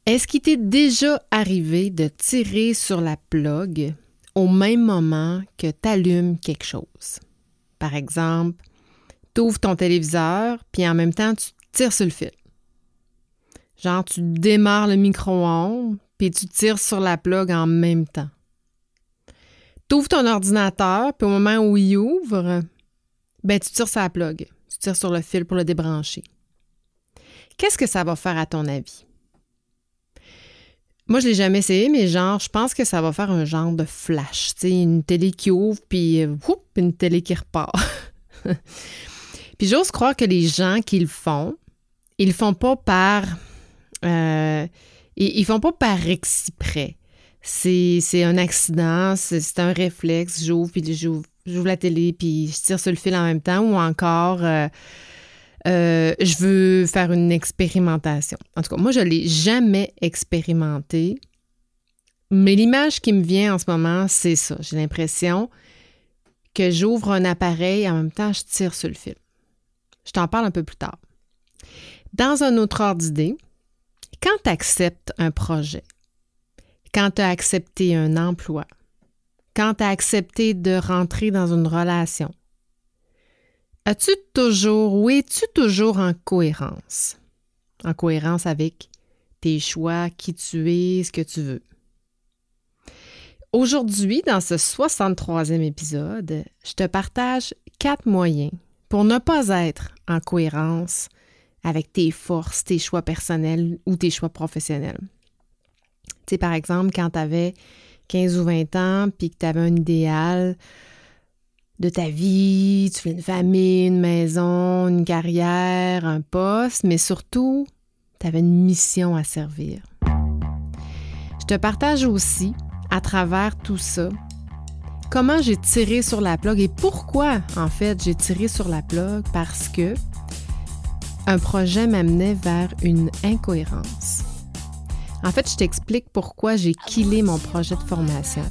Est-ce qu'il t'est déjà arrivé de tirer sur la plug au même moment que tu allumes quelque chose? Par exemple, tu ouvres ton téléviseur, puis en même temps, tu tires sur le fil. Genre, tu démarres le micro-ondes, puis tu tires sur la plug en même temps. Tu ouvres ton ordinateur, puis au moment où il ouvre, tu tires sur la plug. Tu tires sur le fil pour le débrancher. Qu'est-ce que ça va faire à ton avis? Moi, je l'ai jamais essayé, mais je pense que ça va faire un genre de flash. Tu sais, une télé qui ouvre, puis une télé qui repart. Puis j'ose croire que les gens qui le font, ils font pas par... ils font pas par exprès. C'est un accident, c'est un réflexe. J'ouvre la télé, puis je tire sur le fil en même temps, ou encore... je veux faire une expérimentation. En tout cas, moi, je ne l'ai jamais expérimenté, mais l'image qui me vient en ce moment, c'est ça. J'ai l'impression que j'ouvre un appareil et en même temps, je tire sur le fil. Je t'en parle un peu plus tard. Dans un autre ordre d'idée, quand tu acceptes un projet, quand tu as accepté un emploi, quand tu as accepté de rentrer dans une relation, es-tu toujours en cohérence? En cohérence avec tes choix, qui tu es, ce que tu veux. Aujourd'hui, dans ce 63e épisode, je te partage 4 moyens pour ne pas être en cohérence avec tes forces, tes choix personnels ou tes choix professionnels. Tu sais, par exemple, quand tu avais 15 ou 20 ans puis que tu avais un idéal de ta vie, tu fais une famille, une maison, une carrière, un poste, mais surtout, tu avais une mission à servir. Je te partage aussi, à travers tout ça, comment j'ai tiré sur la plug et pourquoi, en fait, j'ai tiré sur la plug, parce que un projet m'amenait vers une incohérence. En fait, je t'explique pourquoi j'ai killé mon projet de formation.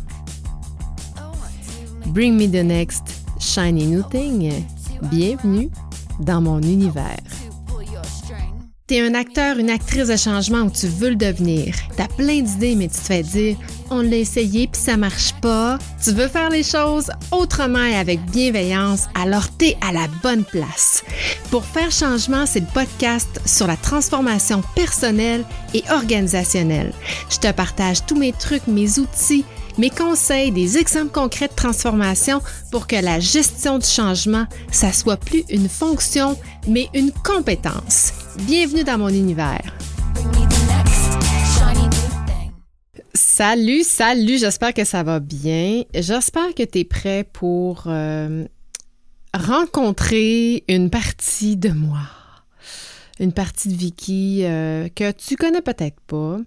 Bring me the next shiny new thing. Bienvenue dans mon univers. T'es un acteur, une actrice de changement ou tu veux le devenir. T'as plein d'idées, mais tu te fais dire « on l'a essayé puis ça marche pas ». Tu veux faire les choses autrement et avec bienveillance, alors t'es à la bonne place. Pour Faire changement, c'est le podcast sur la transformation personnelle et organisationnelle. Je te partage tous mes trucs, mes outils, mes conseils, des exemples concrets de transformation pour que la gestion du changement, ça soit plus une fonction, mais une compétence. Bienvenue dans mon univers. Salut, j'espère que ça va bien. J'espère que tu es prêt pour rencontrer une partie de moi, une partie de Vicky que tu connais peut-être pas.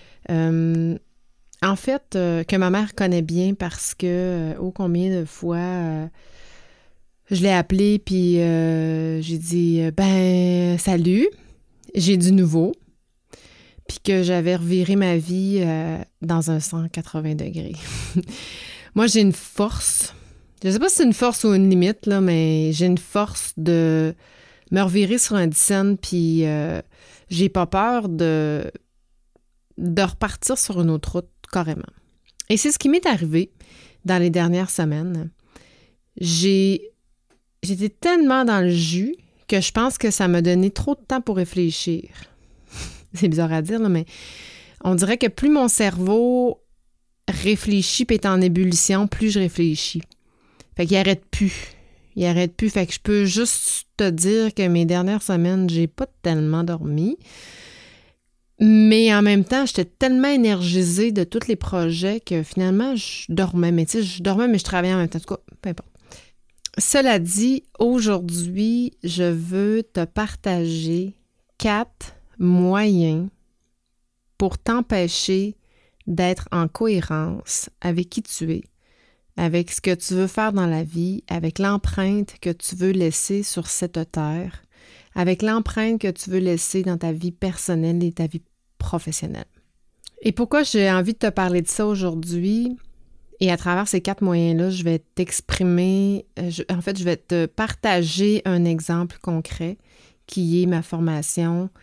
En fait, que ma mère connaît bien parce que, combien de fois, je l'ai appelée puis j'ai dit « salut, j'ai du nouveau », puis que j'avais reviré ma vie dans un 180 degrés. Moi, j'ai une force, je sais pas si c'est une force ou une limite, là, mais j'ai une force de me revirer sur un dizaine puis j'ai pas peur de repartir sur une autre route carrément. Et c'est ce qui m'est arrivé dans les dernières semaines. J'étais tellement dans le jus que je pense que ça m'a donné trop de temps pour réfléchir. C'est bizarre à dire, là, mais on dirait que plus mon cerveau réfléchit et est en ébullition, plus je réfléchis. Fait qu'il arrête plus. Fait que je peux juste te dire que mes dernières semaines, j'ai pas tellement dormi. Mais en même temps, j'étais tellement énergisée de tous les projets que finalement, je dormais. Mais tu sais, je travaillais en même temps. En tout cas, peu importe. Cela dit, aujourd'hui, je veux te partager 4 moyens pour t'empêcher d'être en cohérence avec qui tu es, avec ce que tu veux faire dans la vie, avec l'empreinte que tu veux laisser sur cette terre, avec l'empreinte que tu veux laisser dans ta vie personnelle et ta vie professionnelle. Et pourquoi j'ai envie de te parler de ça aujourd'hui? Et à travers ces 4 moyens-là, je vais t'exprimer, je vais te partager un exemple concret qui est ma formation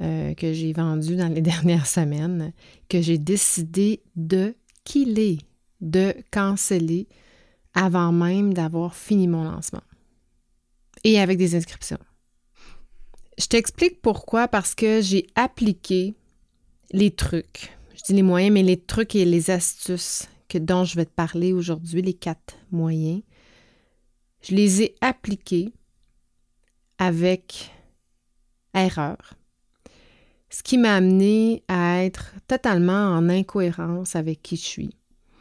que j'ai vendu dans les dernières semaines, que j'ai décidé de killer, de canceller avant même d'avoir fini mon lancement. Et avec des inscriptions. Je t'explique pourquoi, parce que j'ai appliqué les trucs, je dis les moyens, mais les trucs et les astuces dont je vais te parler aujourd'hui, les 4 moyens, je les ai appliqués avec erreur. Ce qui m'a amené à être totalement en incohérence avec qui je suis.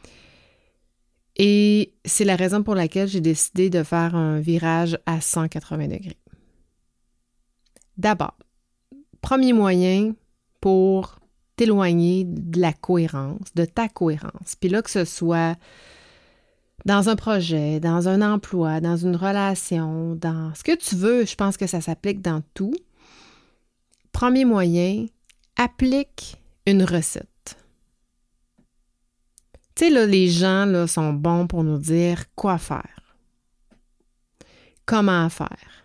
Et c'est la raison pour laquelle j'ai décidé de faire un virage à 180 degrés. D'abord, premier moyen pour t'éloigner de la cohérence, de ta cohérence. Puis là, que ce soit dans un projet, dans un emploi, dans une relation, dans ce que tu veux, je pense que ça s'applique dans tout. Premier moyen, applique une recette. Tu sais, là, les gens là, sont bons pour nous dire quoi faire, comment faire.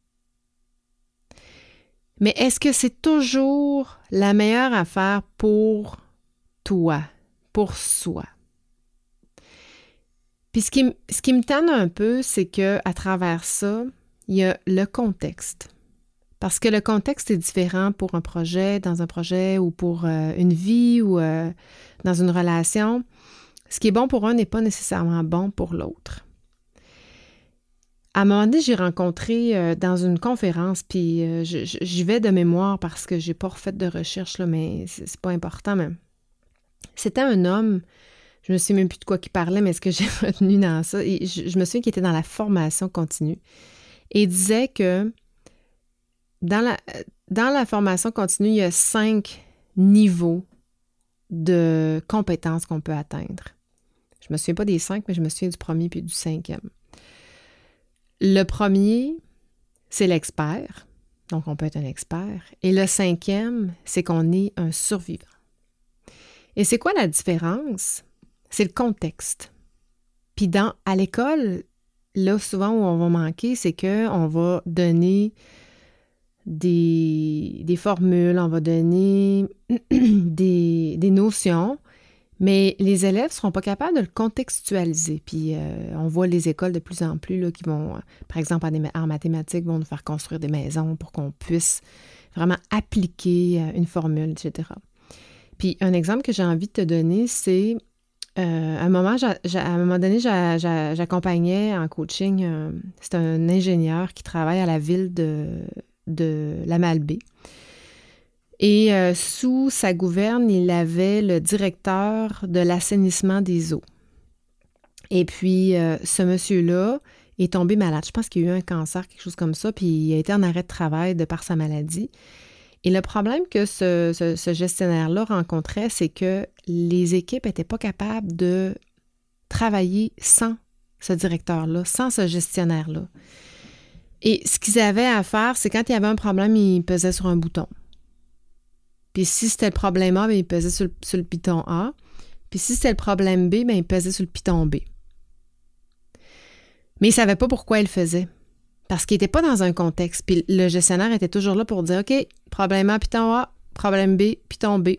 Mais est-ce que c'est toujours la meilleure affaire pour toi, pour soi? Puis ce qui me tanne un peu, c'est qu'à travers ça, il y a le contexte. Parce que le contexte est différent pour un projet, dans un projet ou pour une vie ou dans une relation. Ce qui est bon pour un n'est pas nécessairement bon pour l'autre. À un moment donné, j'ai rencontré dans une conférence, puis j'y vais de mémoire parce que j'ai pas refait de recherche, là, mais c'est pas important, mais c'était un homme, je me souviens même plus de quoi il parlait, mais ce que j'ai retenu dans ça, et je me souviens qu'il était dans la formation continue, et il disait que dans la formation continue, il y a 5 niveaux de compétences qu'on peut atteindre. Je me souviens pas des 5, mais je me souviens du premier puis du 5e. Le premier, c'est l'expert. Donc, on peut être un expert. Et le 5e, c'est qu'on est un survivant. Et c'est quoi la différence? C'est le contexte. Puis à l'école, là, souvent où on va manquer, c'est qu'on va donner des formules, on va donner des notions, mais les élèves ne seront pas capables de le contextualiser. Puis on voit les écoles de plus en plus là, qui vont, par exemple, en mathématiques, vont nous faire construire des maisons pour qu'on puisse vraiment appliquer une formule, etc. Puis un exemple que j'ai envie de te donner, c'est à un moment donné, j'accompagnais en coaching, c'est un ingénieur qui travaille à la ville de la Malbaie. Et sous sa gouverne, il avait le directeur de l'assainissement des eaux. Et puis, ce monsieur-là est tombé malade. Je pense qu'il a eu un cancer, quelque chose comme ça, puis il a été en arrêt de travail de par sa maladie. Et le problème que ce gestionnaire-là rencontrait, c'est que les équipes n'étaient pas capables de travailler sans ce directeur-là, sans ce gestionnaire-là. Et ce qu'ils avaient à faire, c'est quand il y avait un problème, ils pesaient sur un bouton. Puis si c'était le problème A, bien, ils pesaient sur le piton A. Puis si c'était le problème B, bien, ils pesaient sur le piton B. Mais ils ne savaient pas pourquoi ils le faisaient. Parce qu'ils n'étaient pas dans un contexte. Puis le gestionnaire était toujours là pour dire, OK, problème A, piton A, problème B, piton B.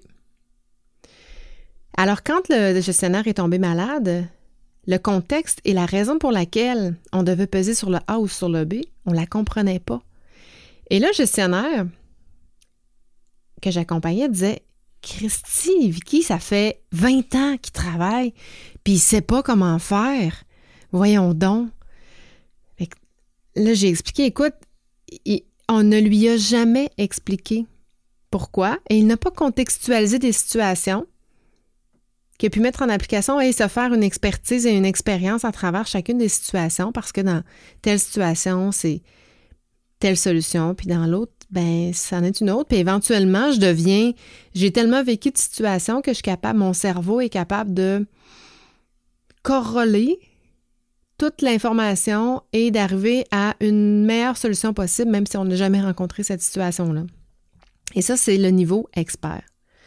Alors, quand le gestionnaire est tombé malade, le contexte et la raison pour laquelle on devait peser sur le A ou sur le B, on ne la comprenait pas. Et là, le gestionnaire que j'accompagnais disait, Christy, Vicky, ça fait 20 ans qu'il travaille, puis il ne sait pas comment faire. Voyons donc. Fait que là, j'ai expliqué, écoute, on ne lui a jamais expliqué pourquoi, et il n'a pas contextualisé des situations qu'il a pu mettre en application et se faire une expertise et une expérience à travers chacune des situations, parce que dans telle situation, c'est telle solution, puis dans l'autre, ben ça en est une autre. Puis éventuellement, j'ai tellement vécu de situations que je suis capable, mon cerveau est capable de corréler toute l'information et d'arriver à une meilleure solution possible, même si on n'a jamais rencontré cette situation-là. Et ça, c'est le niveau expert.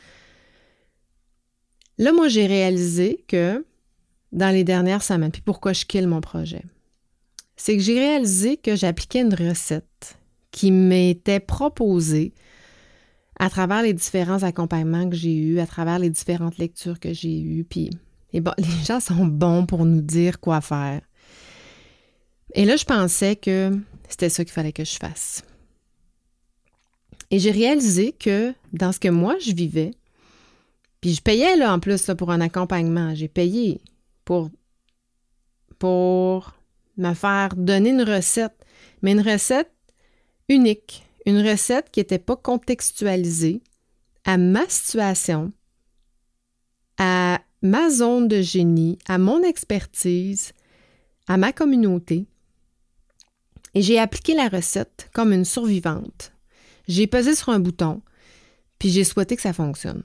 Là, moi, j'ai réalisé que dans les dernières semaines, puis pourquoi je kill mon projet, c'est que j'ai réalisé que j'appliquais une recette qui m'était proposée à travers les différents accompagnements que j'ai eus, à travers les différentes lectures que j'ai eues. Puis, les gens sont bons pour nous dire quoi faire. Et là, je pensais que c'était ça qu'il fallait que je fasse. Et j'ai réalisé que dans ce que moi, je vivais, puis je payais là en plus là, pour un accompagnement, j'ai payé pour me faire donner une recette, mais une recette unique, une recette qui n'était pas contextualisée à ma situation, à ma zone de génie, à mon expertise, à ma communauté. Et j'ai appliqué la recette comme une survivante. J'ai pesé sur un bouton, puis j'ai souhaité que ça fonctionne.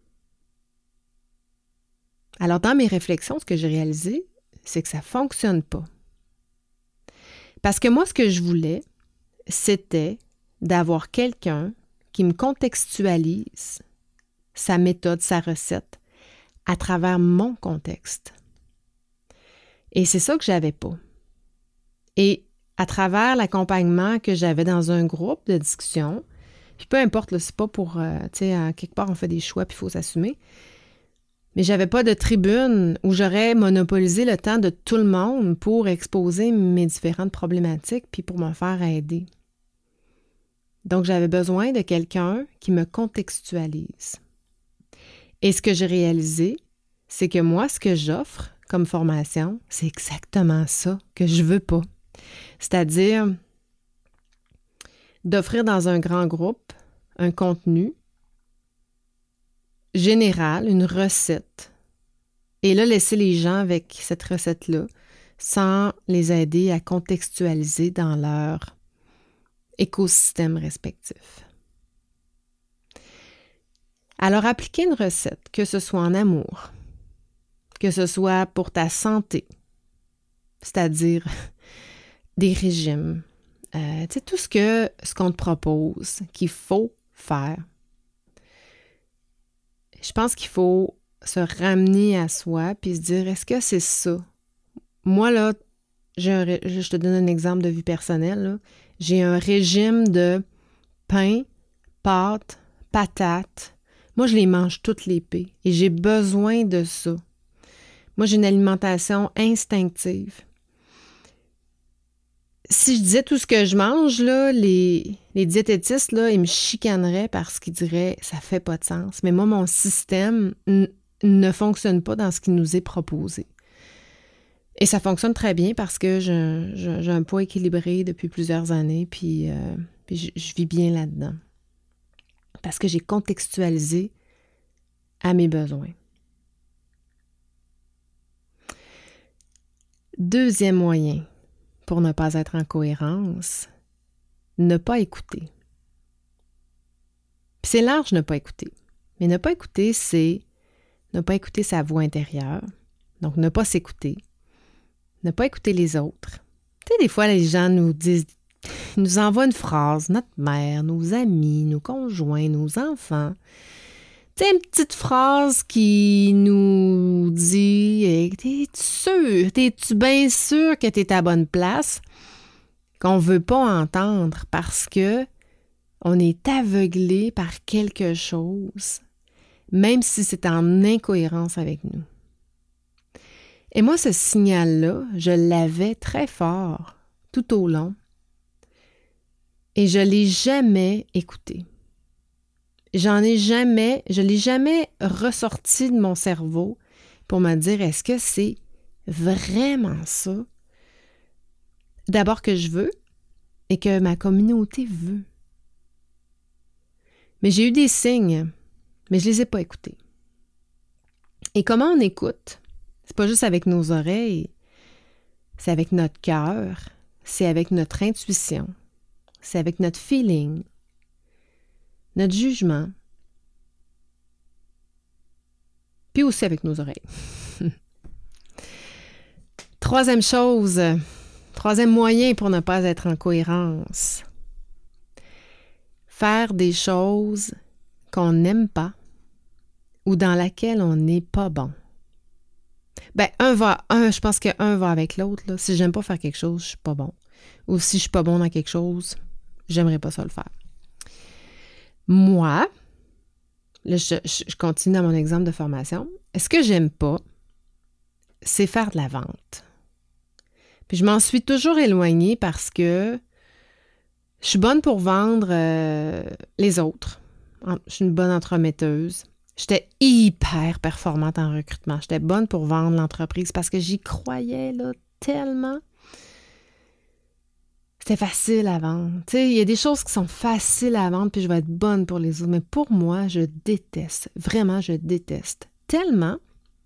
Alors, dans mes réflexions, ce que j'ai réalisé, c'est que ça ne fonctionne pas. Parce que moi, ce que je voulais, c'était d'avoir quelqu'un qui me contextualise sa méthode, sa recette, à travers mon contexte. Et c'est ça que j'avais pas. Et à travers l'accompagnement que j'avais dans un groupe de discussion, puis peu importe, là, c'est pas pour, quelque part on fait des choix puis il faut s'assumer, mais j'avais pas de tribune où j'aurais monopolisé le temps de tout le monde pour exposer mes différentes problématiques puis pour me faire aider. Donc, j'avais besoin de quelqu'un qui me contextualise. Et ce que j'ai réalisé, c'est que moi, ce que j'offre comme formation, c'est exactement ça que je veux pas. C'est-à-dire d'offrir dans un grand groupe un contenu général, une recette, et là, laisser les gens avec cette recette-là sans les aider à contextualiser dans leur écosystème respectif. Alors, appliquer une recette, que ce soit en amour, que ce soit pour ta santé, c'est-à-dire des régimes, tout ce qu'on te propose, qu'il faut faire. Je pense qu'il faut se ramener à soi puis se dire, est-ce que c'est ça? Moi, là, je te donne un exemple de vie personnelle, là. J'ai un régime de pain, pâtes, patates. Moi, je les mange toutes les pées et j'ai besoin de ça. Moi, j'ai une alimentation instinctive. Si je disais tout ce que je mange, là, les diététistes, là, ils me chicaneraient parce qu'ils diraient « ça fait pas de sens ». Mais moi, mon système ne fonctionne pas dans ce qui nous est proposé. Et ça fonctionne très bien parce que j'ai un poids équilibré depuis plusieurs années, puis je vis bien là-dedans. Parce que j'ai contextualisé à mes besoins. Deuxième moyen pour ne pas être en cohérence, ne pas écouter. Puis c'est large ne pas écouter. Mais ne pas écouter, c'est ne pas écouter sa voix intérieure. Donc, ne pas s'écouter. Ne pas écouter les autres. Tu sais, des fois, les gens nous disent, nous envoient une phrase, notre mère, nos amis, nos conjoints, nos enfants. Tu sais, une petite phrase qui nous dit hey, « T'es-tu sûr? T'es-tu bien sûr que t'es à la bonne place? » Qu'on ne veut pas entendre parce que on est aveuglé par quelque chose, même si c'est en incohérence avec nous. Et moi, ce signal-là, je l'avais très fort tout au long et je ne l'ai jamais écouté. Je l'ai jamais ressorti de mon cerveau pour me dire, est-ce que c'est vraiment ça? D'abord que je veux et que ma communauté veut. Mais j'ai eu des signes, mais je les ai pas écoutés. Et comment on écoute? C'est pas juste avec nos oreilles, c'est avec notre cœur, c'est avec notre intuition, c'est avec notre feeling, notre jugement, puis aussi avec nos oreilles. Troisième moyen pour ne pas être en cohérence. Faire des choses qu'on n'aime pas ou dans laquelle on n'est pas bon. Ben, je pense qu'un va avec l'autre, là. Si j'aime pas faire quelque chose, je suis pas bon. Ou si je suis pas bon dans quelque chose, j'aimerais pas ça le faire. Moi, là, je continue dans mon exemple de formation. Ce que j'aime pas, c'est faire de la vente. Puis je m'en suis toujours éloignée parce que je suis bonne pour vendre les autres. Je suis une bonne entremetteuse. J'étais hyper performante en recrutement. J'étais bonne pour vendre l'entreprise parce que j'y croyais là, tellement. C'était facile à vendre. Tu sais, il y a des choses qui sont faciles à vendre puis je vais être bonne pour les autres. Mais pour moi, je déteste. Vraiment, je déteste. Tellement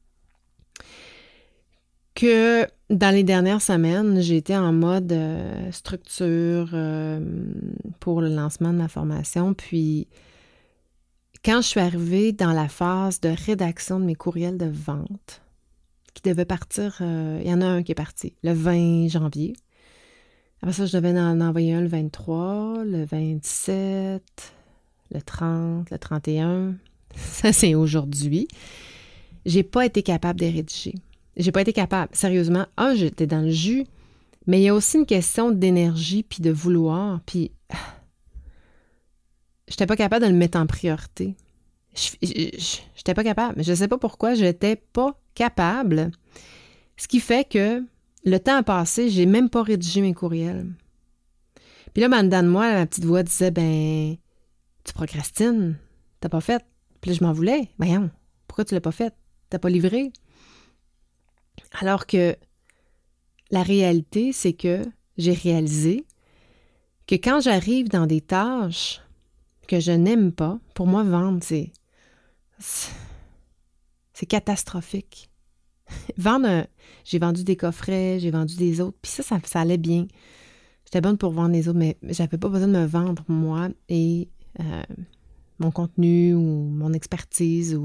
que dans les dernières semaines, j'ai été en mode structure pour le lancement de ma formation. Puis, quand je suis arrivée dans la phase de rédaction de mes courriels de vente, qui devaient partir, il y en a un qui est parti le 20 janvier. Après ça, je devais en envoyer un le 23, le 27, le 30, le 31. Ça, c'est aujourd'hui. J'ai pas été capable de rédiger. J'ai pas été capable. Sérieusement, j'étais dans le jus, mais il y a aussi une question d'énergie puis de vouloir, puis j'étais pas capable de le mettre en priorité. J'étais pas capable. Je sais pas pourquoi, j'étais pas capable. Ce qui fait que le temps a passé, j'ai même pas rédigé mes courriels. Puis là, en dedans de moi, la petite voix disait, tu procrastines, t'as pas fait. Puis là, je m'en voulais. Voyons, pourquoi tu l'as pas fait? T'as pas livré? Alors que la réalité, c'est que j'ai réalisé que quand j'arrive dans des tâches que je n'aime pas, pour moi, vendre, c'est catastrophique. J'ai vendu des coffrets, j'ai vendu des autres, puis ça allait bien. J'étais bonne pour vendre les autres, mais j'avais pas besoin de me vendre, moi, et mon contenu ou mon expertise.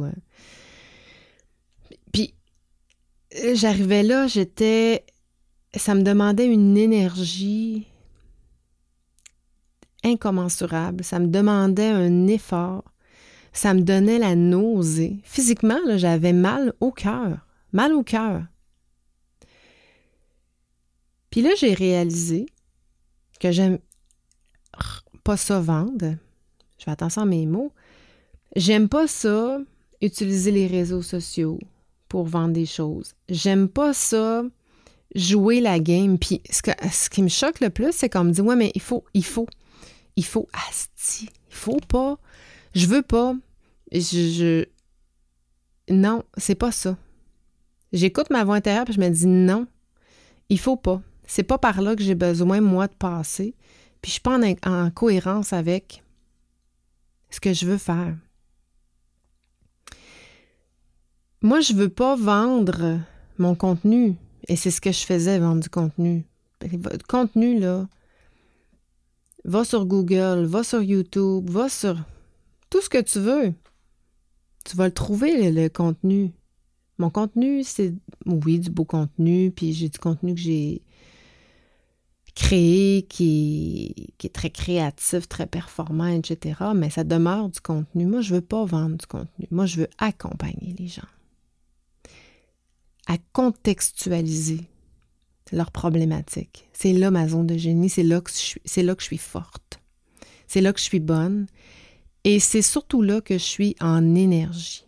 Puis, j'arrivais là, ça me demandait une énergie incommensurable. Ça me demandait un effort. Ça me donnait la nausée. Physiquement, là, j'avais mal au cœur. Mal au cœur. Puis là, j'ai réalisé que j'aime pas ça vendre. Je fais attention à mes mots. J'aime pas ça utiliser les réseaux sociaux pour vendre des choses. J'aime pas ça jouer la game. Puis ce qui me choque le plus, c'est qu'on me dit « Ouais, mais il faut, asti, il faut pas, je veux pas, non, c'est pas ça. » J'écoute ma voix intérieure et je me dis « Non, il faut pas. C'est pas par là que j'ai besoin, moi, de passer. Puis je suis pas en cohérence avec ce que je veux faire. » Moi, je veux pas vendre mon contenu. Et c'est ce que je faisais, vendre du contenu. Le contenu, là, va sur Google, va sur YouTube, va sur tout ce que tu veux. Tu vas le trouver, le contenu. Mon contenu, c'est, oui, du beau contenu, puis j'ai du contenu que j'ai créé qui est très créatif, très performant, etc. Mais ça demeure du contenu. Moi, je veux pas vendre du contenu. Moi, je veux accompagner les gens à contextualiser leurs problématiques. C'est là ma zone de génie, c'est là que je suis forte. C'est là que je suis bonne. Et c'est surtout là que je suis en énergie.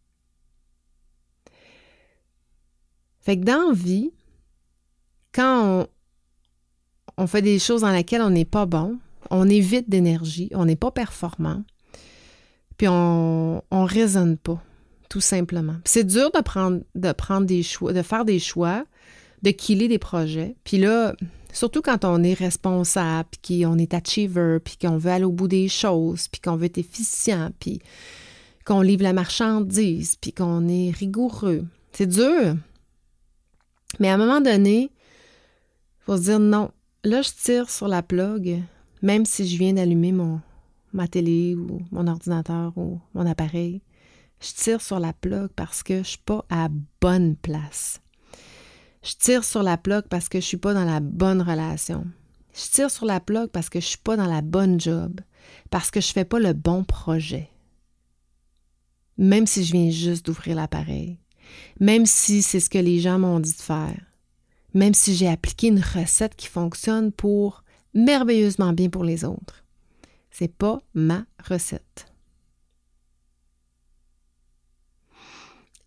Fait que dans la vie, quand on fait des choses dans lesquelles on n'est pas bon, on est vide d'énergie, on n'est pas performant, puis on raisonne pas, tout simplement. Puis c'est dur de prendre des choix, de faire des choix, de killer des projets. Puis là, surtout quand on est responsable, puis qu'on est achiever, puis qu'on veut aller au bout des choses, puis qu'on veut être efficient, puis qu'on livre la marchandise, puis qu'on est rigoureux. C'est dur. Mais à un moment donné, il faut se dire non. Là, je tire sur la plug, même si je viens d'allumer ma télé ou mon ordinateur ou mon appareil. Je tire sur la plug parce que je ne suis pas à la bonne place. Je tire sur la plug parce que je ne suis pas dans la bonne relation. Je tire sur la plug parce que je ne suis pas dans la bonne job, parce que je ne fais pas le bon projet. Même si je viens juste d'ouvrir l'appareil, même si c'est ce que les gens m'ont dit de faire, même si j'ai appliqué une recette qui fonctionne pour merveilleusement bien pour les autres. C'est pas ma recette.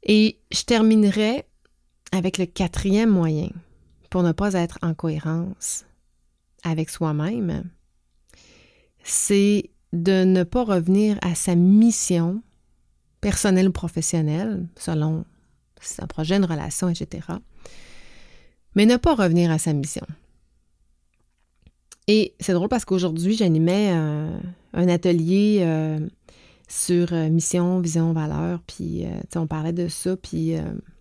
Et je terminerai avec le 4e moyen pour ne pas être en cohérence avec soi-même, c'est de ne pas revenir à sa mission personnelle ou professionnelle, selon si c'est un projet, une relation, etc. Mais ne pas revenir à sa mission. Et c'est drôle parce qu'aujourd'hui, j'animais un atelier sur mission, vision, valeur, puis on parlait de ça, puis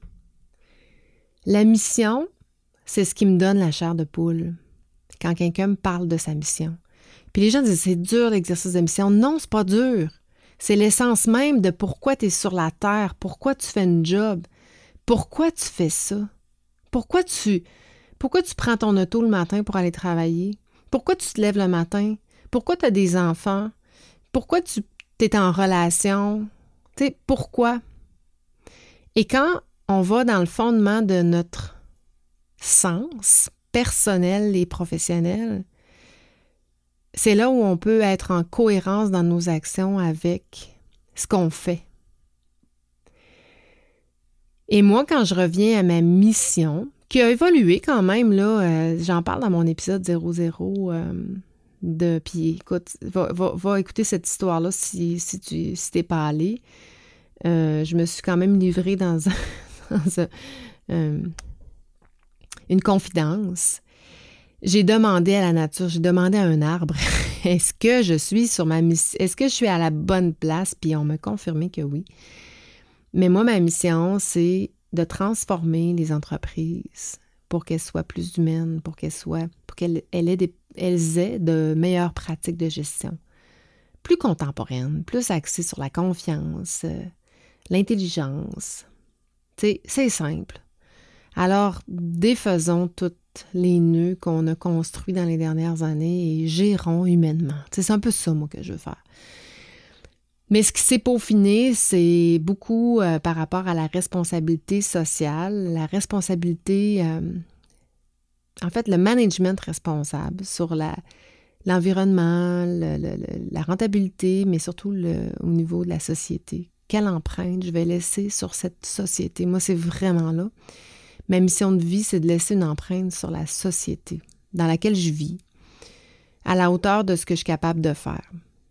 la mission, c'est ce qui me donne la chair de poule quand quelqu'un me parle de sa mission. Puis les gens disent, c'est dur l'exercice de mission. Non, c'est pas dur. C'est l'essence même de pourquoi tu es sur la terre, pourquoi tu fais une job, pourquoi tu fais ça, pourquoi tu prends ton auto le matin pour aller travailler, pourquoi tu te lèves le matin, pourquoi tu as des enfants, pourquoi tu es en relation, tu sais, pourquoi? Et quand on va dans le fondement de notre sens personnel et professionnel, c'est là où on peut être en cohérence dans nos actions avec ce qu'on fait. Et moi, quand je reviens à ma mission, qui a évolué quand même, là, j'en parle dans mon épisode 00, puis écoute, va écouter cette histoire-là si t'es pas allé. Je me suis quand même livrée dans une confidence. J'ai demandé à la nature, j'ai demandé à un arbre, est-ce que je suis sur ma mission, est-ce que je suis à la bonne place? Puis on m'a confirmé que oui. Mais moi, ma mission, c'est de transformer les entreprises pour qu'elles soient plus humaines, pour qu'elles aient de meilleures pratiques de gestion, plus contemporaines, plus axées sur la confiance, l'intelligence. Tu sais, c'est simple. Alors, défaisons toutes les nœuds qu'on a construits dans les dernières années et gérons humainement. Tu sais, c'est un peu ça, moi, que je veux faire. Mais ce qui s'est peaufiné, c'est beaucoup par rapport à la responsabilité sociale, la responsabilité, en fait, le management responsable sur l'environnement, la rentabilité, mais surtout au niveau de la société. Quelle empreinte je vais laisser sur cette société? Moi, c'est vraiment là. Ma mission de vie, c'est de laisser une empreinte sur la société dans laquelle je vis, à la hauteur de ce que je suis capable de faire.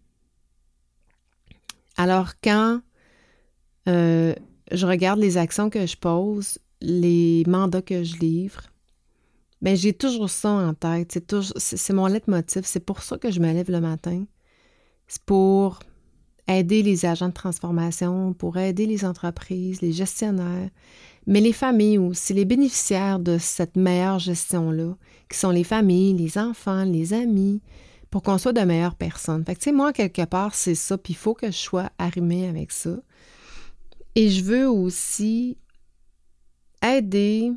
Alors, quand je regarde les actions que je pose, les mandats que je livre, bien, j'ai toujours ça en tête. C'est mon leitmotiv. C'est pour ça que je me lève le matin. C'est pour aider les agents de transformation, pour aider les entreprises, les gestionnaires, mais les familles aussi, les bénéficiaires de cette meilleure gestion-là, qui sont les familles, les enfants, les amis, pour qu'on soit de meilleures personnes. Fait que, tu sais, moi, quelque part, c'est ça, puis il faut que je sois arrimée avec ça. Et je veux aussi aider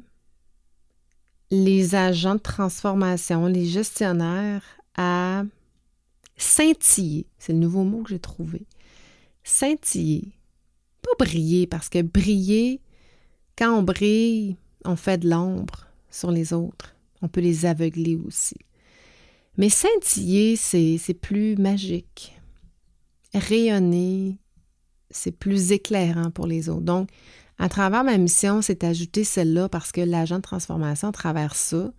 les agents de transformation, les gestionnaires à scintiller. C'est le nouveau mot que j'ai trouvé. Scintiller. Pas briller, parce que briller, quand on brille, on fait de l'ombre sur les autres. On peut les aveugler aussi. Mais scintiller, c'est plus magique. Rayonner, c'est plus éclairant pour les autres. Donc, à travers ma mission, c'est ajouter celle-là parce que l'agent de transformation traverse ça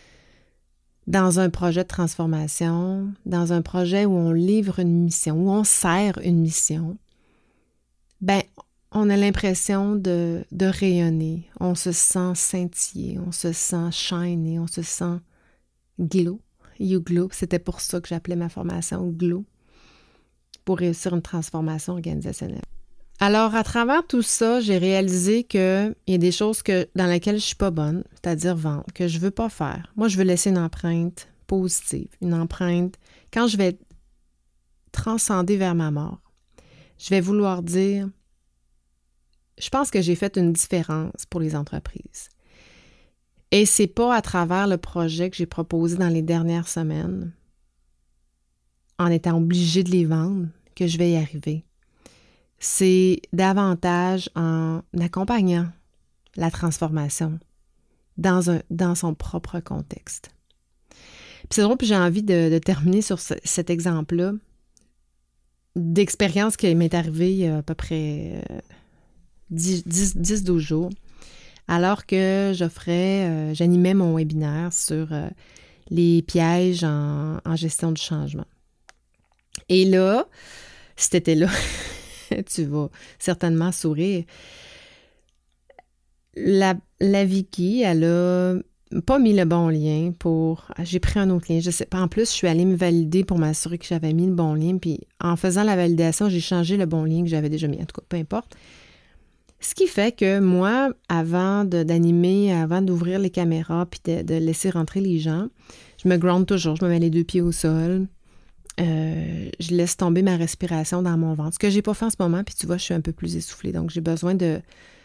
dans un projet de transformation, dans un projet où on livre une mission, où on sert une mission. Ben, on a l'impression de rayonner. On se sent scintiller, on se sent shiner, on se sent glow. You glow. C'était pour ça que j'appelais ma formation glow, pour réussir une transformation organisationnelle. Alors, à travers tout ça, j'ai réalisé qu'il y a des choses dans lesquelles je ne suis pas bonne, c'est-à-dire vendre, que je ne veux pas faire. Moi, je veux laisser une empreinte positive, une empreinte. Quand je vais transcender vers ma mort, je vais vouloir dire, je pense que j'ai fait une différence pour les entreprises. Et c'est pas à travers le projet que j'ai proposé dans les dernières semaines, en étant obligée de les vendre, que je vais y arriver. C'est davantage en accompagnant la transformation dans son propre contexte. Puis c'est drôle, puis j'ai envie de terminer sur cet exemple-là d'expérience qui m'est arrivée il y a à peu près 10-12 jours, alors que j'animais mon webinaire sur les pièges en gestion du changement. Et là, cet été-là, tu vas certainement sourire. La Vicky, elle a pas mis le bon lien pour... J'ai pris un autre lien, je sais pas. En plus, je suis allée me valider pour m'assurer que j'avais mis le bon lien, puis en faisant la validation, j'ai changé le bon lien que j'avais déjà mis. En tout cas, peu importe. Ce qui fait que moi, avant d'animer, avant d'ouvrir les caméras puis de laisser rentrer les gens, je me ground toujours, je me mets les 2 pieds au sol, je laisse tomber ma respiration dans mon ventre. Ce que j'ai pas fait en ce moment, puis tu vois, je suis un peu plus essoufflée, donc j'ai besoin de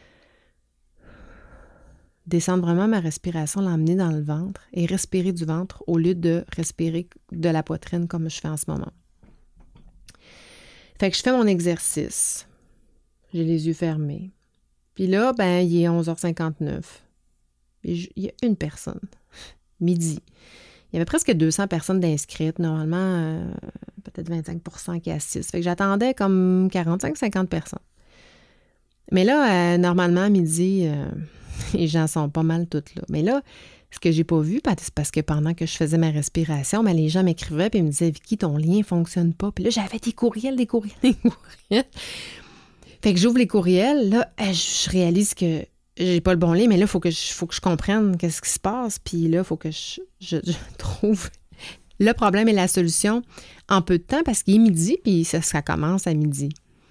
descendre vraiment ma respiration, l'emmener dans le ventre et respirer du ventre au lieu de respirer de la poitrine comme je fais en ce moment. Fait que je fais mon exercice. J'ai les yeux fermés. Puis là, il est 11h59. Et il y a une personne, midi. Il y avait presque 200 personnes d'inscrites. Normalement, peut-être 25% qui assistent. Fait que j'attendais comme 45-50 personnes. Mais là, normalement, à midi, les gens sont pas mal toutes là. Mais là, ce que j'ai pas vu, c'est parce que pendant que je faisais ma respiration, les gens m'écrivaient et me disaient « Vicky, ton lien fonctionne pas. » Puis là, j'avais des courriels. Fait que j'ouvre les courriels, là, je réalise que j'ai pas le bon lien, mais là, il faut que je comprenne qu'est-ce qui se passe, puis là, il faut que je trouve le problème et la solution en peu de temps, parce qu'il est midi, puis ça commence à midi.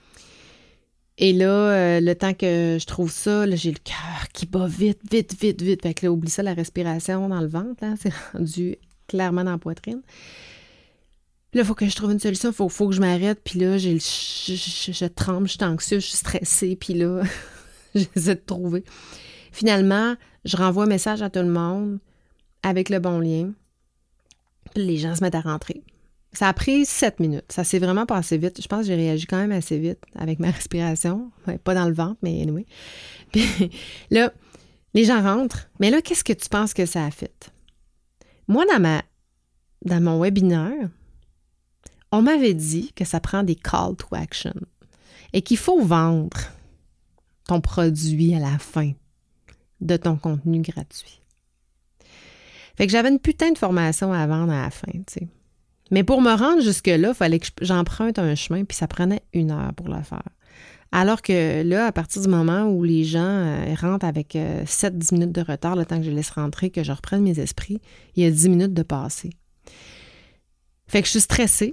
Et là, le temps que je trouve ça, là, j'ai le cœur qui bat vite. Fait que là, oublie ça, la respiration dans le ventre, là, c'est rendu clairement dans la poitrine. Là, il faut que je trouve une solution, il faut que je m'arrête, puis là, je tremble, je suis anxieuse, je suis stressée, puis là, j'essaie de trouver. Finalement, je renvoie un message à tout le monde avec le bon lien, puis les gens se mettent à rentrer. Ça a pris 7 minutes, ça s'est vraiment passé vite. Je pense que j'ai réagi quand même assez vite avec ma respiration, pas dans le ventre, mais anyway. Puis là, les gens rentrent, mais là, qu'est-ce que tu penses que ça a fait? Moi, dans mon webinaire, on m'avait dit que ça prend des call to action et qu'il faut vendre ton produit à la fin de ton contenu gratuit. Fait que j'avais une putain de formation à vendre à la fin, tu sais. Mais pour me rendre jusque-là, il fallait que j'emprunte un chemin, puis ça prenait 1 heure pour le faire. Alors que là, à partir du moment où les gens rentrent avec 7-10 minutes de retard, le temps que je laisse rentrer, que je reprenne mes esprits, il y a 10 minutes de passé. Fait que je suis stressée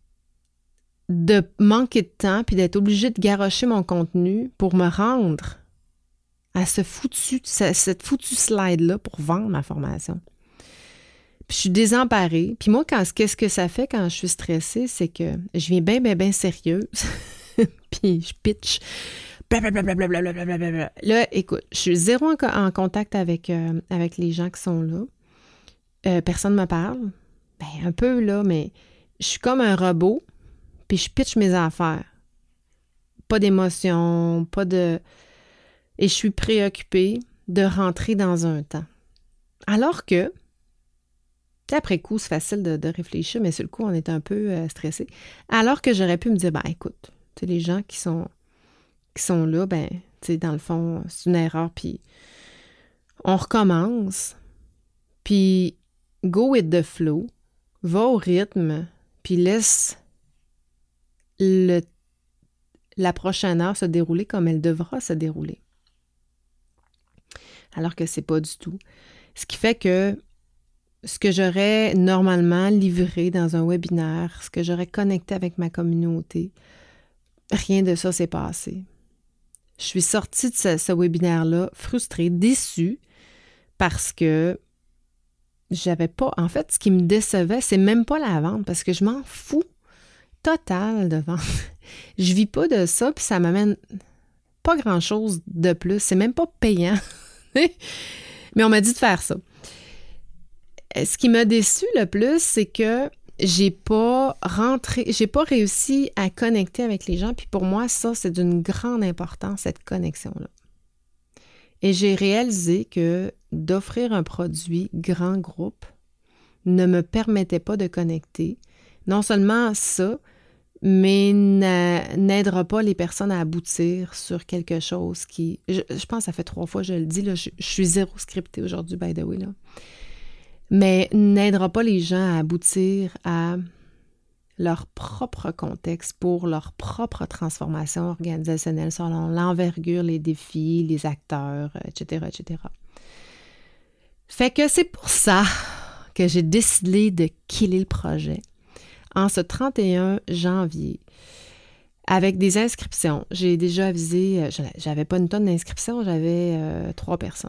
de manquer de temps puis d'être obligée de garrocher mon contenu pour me rendre à cette foutue slide-là pour vendre ma formation. Puis je suis désemparée. Puis moi, qu'est-ce que ça fait quand je suis stressée, c'est que je viens bien sérieuse. Puis je pitch. Blablabla. Là, écoute, je suis zéro en contact avec les gens qui sont là. Personne ne me parle. Un peu, là, mais je suis comme un robot. Puis je pitch mes affaires. Pas d'émotion, Et je suis préoccupée de rentrer dans un temps. Alors que, après coup, c'est facile de réfléchir, mais sur le coup, on est un peu stressé. Alors que j'aurais pu me dire, écoute, tu sais, les gens qui sont là, tu sais, dans le fond, c'est une erreur, puis on recommence, puis go with the flow, va au rythme, puis laisse la prochaine heure se dérouler comme elle devra se dérouler. Alors que c'est pas du tout. Ce qui fait que ce que j'aurais normalement livré dans un webinaire, ce que j'aurais connecté avec ma communauté, rien de ça s'est passé. Je suis sortie de ce webinaire-là frustrée, déçue, parce que j'avais pas... En fait, ce qui me décevait, c'est même pas la vente, parce que je m'en fous total de vente. Je vis pas de ça, puis ça m'amène pas grand-chose de plus. C'est même pas payant. Mais on m'a dit de faire ça. Ce qui m'a déçu le plus, c'est que j'ai pas réussi à connecter avec les gens. Puis pour moi, ça, c'est d'une grande importance, cette connexion-là. Et j'ai réalisé que d'offrir un produit grand groupe ne me permettait pas de connecter. Non seulement ça, mais n'aidera pas les personnes à aboutir sur quelque chose qui... Je pense que ça fait 3 fois que je le dis, là, je suis zéro scriptée aujourd'hui, by the way, là. Mais n'aidera pas les gens à aboutir à leur propre contexte pour leur propre transformation organisationnelle selon l'envergure, les défis, les acteurs, etc., etc. Fait que c'est pour ça que j'ai décidé de killer le projet en ce 31 janvier avec des inscriptions. J'ai déjà avisé, j'avais pas une tonne d'inscriptions, j'avais 3 personnes.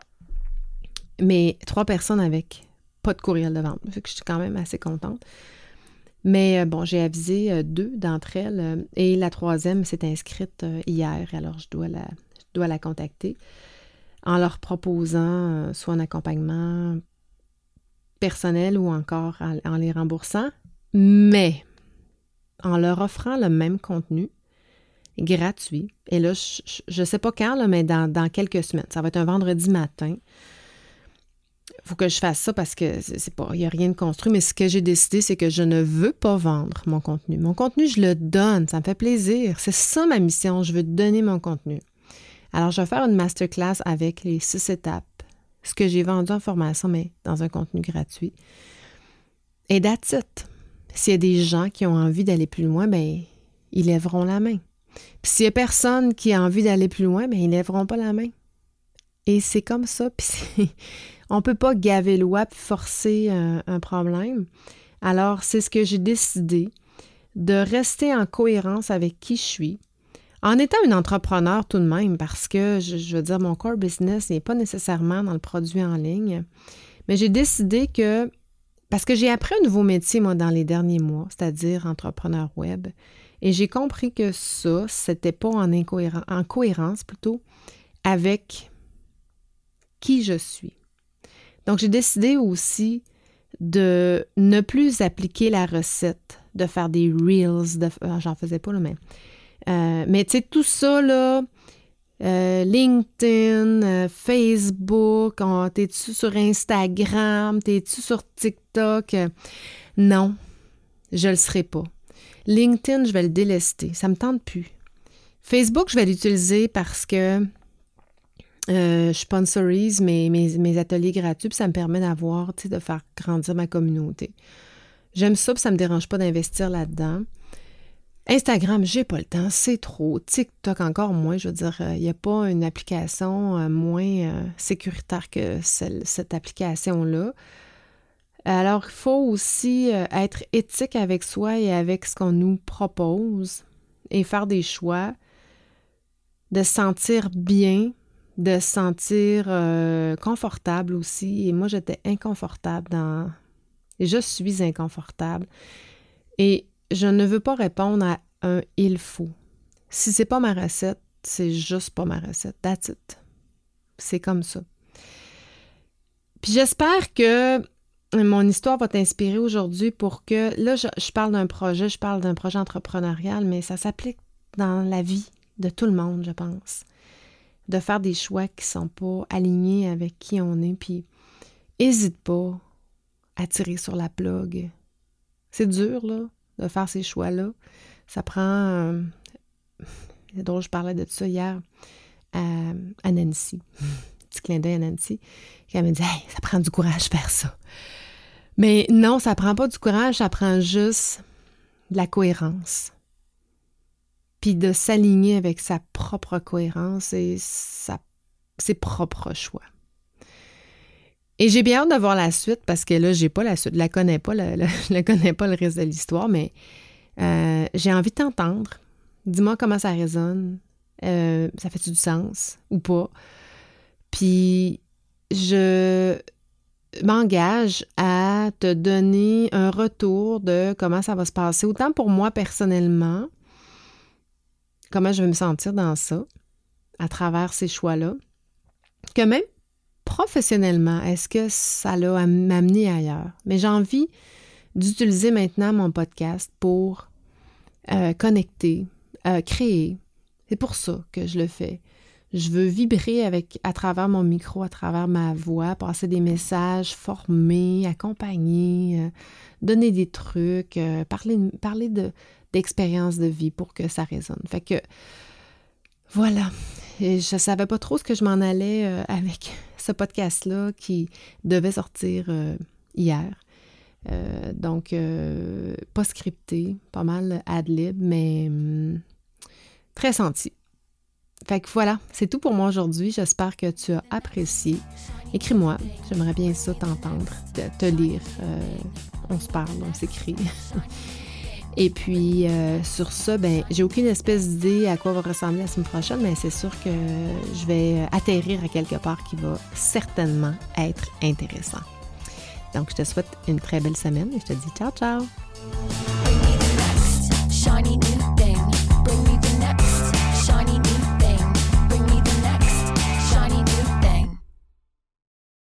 Mais 3 personnes avec pas de courriel de vente. Fait que je suis quand même assez contente. Mais bon, j'ai avisé 2 d'entre elles et la 3e s'est inscrite hier. Alors, je dois la contacter en leur proposant soit un accompagnement personnel ou encore en les remboursant, mais en leur offrant le même contenu gratuit. Et là, je ne sais pas quand, là, mais dans quelques semaines. Ça va être un vendredi matin. Il faut que je fasse ça parce que il n'y a rien de construit, mais ce que j'ai décidé, c'est que je ne veux pas vendre mon contenu. Mon contenu, je le donne, ça me fait plaisir. C'est ça ma mission, je veux donner mon contenu. Alors, je vais faire une masterclass avec les 6 étapes, ce que j'ai vendu en formation, mais dans un contenu gratuit. Et that's it. S'il y a des gens qui ont envie d'aller plus loin, bien, ils lèveront la main. Puis s'il y a personne qui a envie d'aller plus loin, bien, ils ne lèveront pas la main. Et c'est comme ça, puis on ne peut pas gaver l'oie puis forcer un problème. Alors, c'est ce que j'ai décidé, de rester en cohérence avec qui je suis, en étant une entrepreneur tout de même, parce que, je veux dire, mon core business n'est pas nécessairement dans le produit en ligne, mais j'ai décidé que, parce que j'ai appris un nouveau métier, moi, dans les derniers mois, c'est-à-dire entrepreneur web, et j'ai compris que ça, c'était pas en cohérence plutôt, avec qui je suis. Donc, j'ai décidé aussi de ne plus appliquer la recette, de faire des reels, j'en faisais pas, là, mais tu sais, tout ça, là, LinkedIn, Facebook, t'es-tu sur Instagram, t'es-tu sur TikTok? Non, je le serai pas. LinkedIn, je vais le délester, ça me tente plus. Facebook, je vais l'utiliser parce que je sponsorise mes ateliers gratuits, puis ça me permet d'avoir, tu sais, de faire grandir ma communauté. J'aime ça, puis ça me dérange pas d'investir là-dedans. Instagram, j'ai pas le temps, c'est trop. TikTok, encore moins. Je veux dire, il n'y a pas une application moins sécuritaire que cette application-là. Alors, il faut aussi être éthique avec soi et avec ce qu'on nous propose et faire des choix, de se sentir bien, de se sentir confortable aussi. Et moi, j'étais inconfortable et je suis inconfortable. Et je ne veux pas répondre à un « il faut ». Si c'est pas ma recette, c'est juste pas ma recette. That's it. C'est comme ça. Puis j'espère que mon histoire va t'inspirer aujourd'hui pour que... Là, je parle d'un projet entrepreneurial, mais ça s'applique dans la vie de tout le monde, je pense. De faire des choix qui sont pas alignés avec qui on est. Puis, hésite pas à tirer sur la plug. C'est dur, là, de faire ces choix-là. Ça prend... c'est drôle, je parlais de ça hier à Nancy. Petit clin d'œil à Nancy. Elle m'a dit « Hey, ça prend du courage de faire ça. » Mais non, ça prend pas du courage, ça prend juste de la cohérence. Puis de s'aligner avec sa propre cohérence et ses propres choix. Et j'ai bien hâte de voir la suite parce que là, j'ai pas la suite. Je la connais pas, je ne connais pas le reste de l'histoire, mais j'ai envie de t'entendre. Dis-moi comment ça résonne. Ça fait-tu du sens ou pas? Puis je m'engage à te donner un retour de comment ça va se passer, autant pour moi personnellement, comment je vais me sentir dans ça, à travers ces choix-là, que même professionnellement, est-ce que ça l'a m'amener ailleurs? Mais j'ai envie d'utiliser maintenant mon podcast pour connecter, créer. C'est pour ça que je le fais. Je veux vibrer à travers mon micro, à travers ma voix, passer des messages, former, accompagner, donner des trucs, parler d'expérience de vie pour que ça résonne. Fait que, voilà. Et je savais pas trop ce que je m'en allais avec ce podcast-là qui devait sortir hier. Donc, pas scripté, pas mal ad-lib, mais très senti. Fait que voilà, c'est tout pour moi aujourd'hui. J'espère que tu as apprécié. Écris-moi, j'aimerais bien ça t'entendre, te lire. On se parle, on s'écrit. Et puis, sur ça, j'ai aucune espèce d'idée à quoi va ressembler la semaine prochaine, mais c'est sûr que je vais atterrir à quelque part qui va certainement être intéressant. Donc, je te souhaite une très belle semaine et je te dis ciao, ciao!